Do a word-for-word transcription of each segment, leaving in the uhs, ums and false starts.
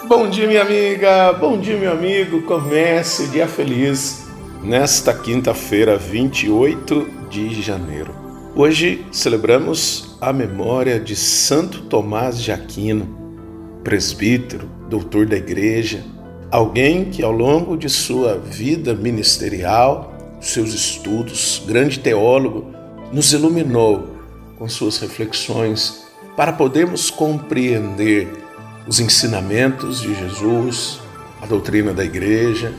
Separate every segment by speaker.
Speaker 1: Bom dia, minha amiga, bom dia, meu amigo. Comece o dia feliz nesta quinta-feira, vinte e oito de janeiro. Hoje celebramos a memória de Santo Tomás de Aquino, presbítero, doutor da igreja, alguém que ao longo de sua vida ministerial, seus estudos, grande teólogo, nos iluminou com suas reflexões para podermos compreender os ensinamentos de Jesus, a doutrina da igreja.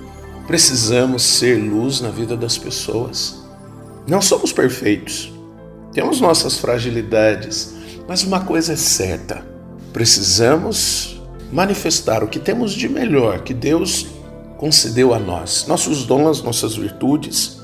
Speaker 1: Precisamos ser luz na vida das pessoas. Não somos perfeitos, temos nossas fragilidades, mas uma coisa é certa: precisamos manifestar o que temos de melhor que Deus concedeu a nós, nossos dons, nossas virtudes,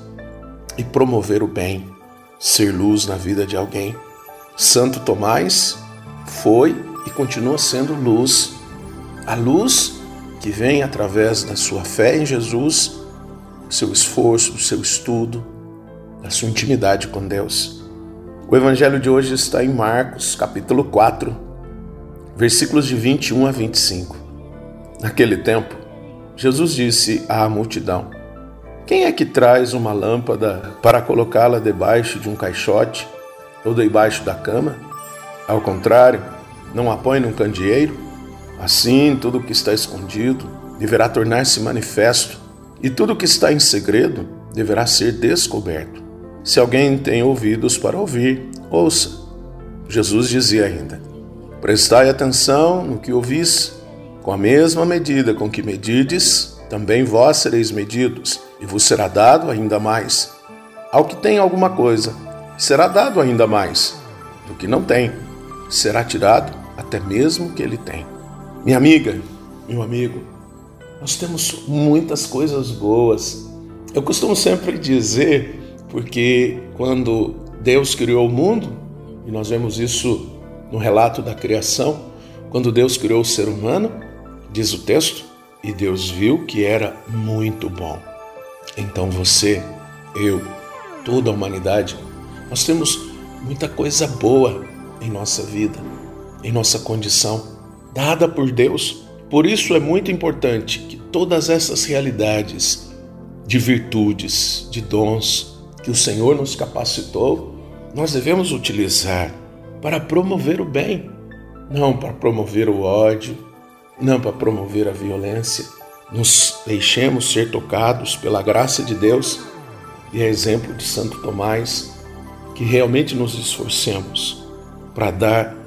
Speaker 1: e promover o bem, ser luz na vida de alguém. Santo Tomás foi e continua sendo luz, a luz que vem através da sua fé em Jesus, do seu esforço, do seu estudo, da sua intimidade com Deus. O evangelho de hoje está em Marcos, capítulo quatro, versículos de vinte e um a vinte e cinco. Naquele tempo, Jesus disse à multidão: quem é que traz uma lâmpada para colocá-la debaixo de um caixote ou debaixo da cama? Ao contrário, não a põe num candeeiro? Assim, tudo o que está escondido deverá tornar-se manifesto, e tudo o que está em segredo deverá ser descoberto. Se alguém tem ouvidos para ouvir, ouça. Jesus dizia ainda: prestai atenção no que ouvis, com a mesma medida com que medides, também vós sereis medidos, e vos será dado ainda mais. Ao que tem alguma coisa, será dado ainda mais. Do que não tem, será tirado até mesmo que ele tem. Minha amiga, meu amigo, nós temos muitas coisas boas. Eu costumo sempre dizer, porque quando Deus criou o mundo, e nós vemos isso no relato da criação, quando Deus criou o ser humano, diz o texto, e Deus viu que era muito bom. Então você, eu, toda a humanidade, nós temos muita coisa boa em nossa vida, em nossa condição, dada por Deus. Por isso é muito importante que todas essas realidades de virtudes, de dons que o Senhor nos capacitou, nós devemos utilizar para promover o bem, não para promover o ódio, não para promover a violência. Nos deixemos ser tocados pela graça de Deus e a exemplo de Santo Tomás, que realmente nos esforcemos para dar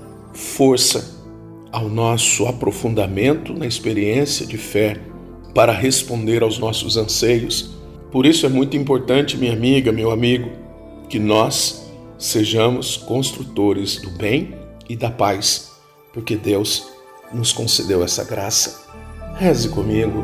Speaker 1: força ao nosso aprofundamento na experiência de fé para responder aos nossos anseios. Por isso é muito importante, minha amiga, meu amigo, que nós sejamos construtores do bem e da paz, porque Deus nos concedeu essa graça. Reze comigo.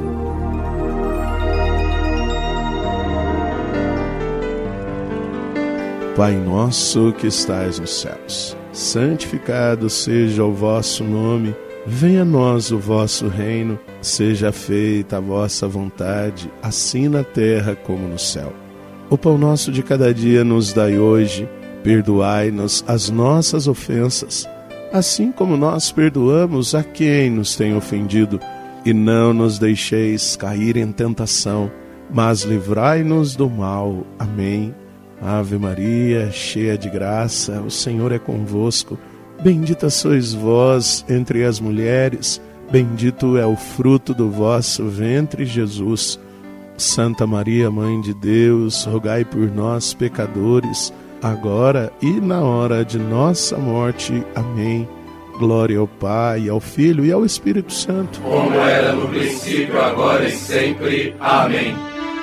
Speaker 2: Pai nosso que estais nos céus, santificado seja o vosso nome, venha a nós o vosso reino, seja feita a vossa vontade, assim na terra como no céu. O pão nosso de cada dia nos dai hoje, perdoai-nos as nossas ofensas, assim como nós perdoamos a quem nos tem ofendido, e não nos deixeis cair em tentação, mas livrai-nos do mal. Amém. Ave Maria, cheia de graça, o Senhor é convosco. Bendita sois vós entre as mulheres, bendito é o fruto do vosso ventre, Jesus. Santa Maria, Mãe de Deus, rogai por nós, pecadores, agora e na hora de nossa morte. Amém. Glória ao Pai, ao Filho e ao Espírito Santo,
Speaker 3: como era no princípio, agora e sempre. Amém.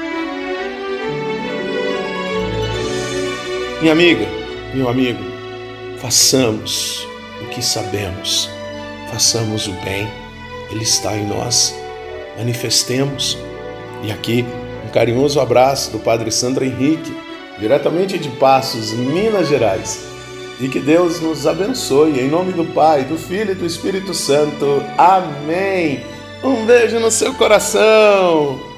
Speaker 1: Minha amiga, meu amigo, façamos o que sabemos, façamos o bem, Ele está em nós, manifestemos. E aqui, um carinhoso abraço do Padre Sandro Henrique, diretamente de Passos, Minas Gerais. E que Deus nos abençoe, em nome do Pai, do Filho e do Espírito Santo. Amém. Um beijo no seu coração.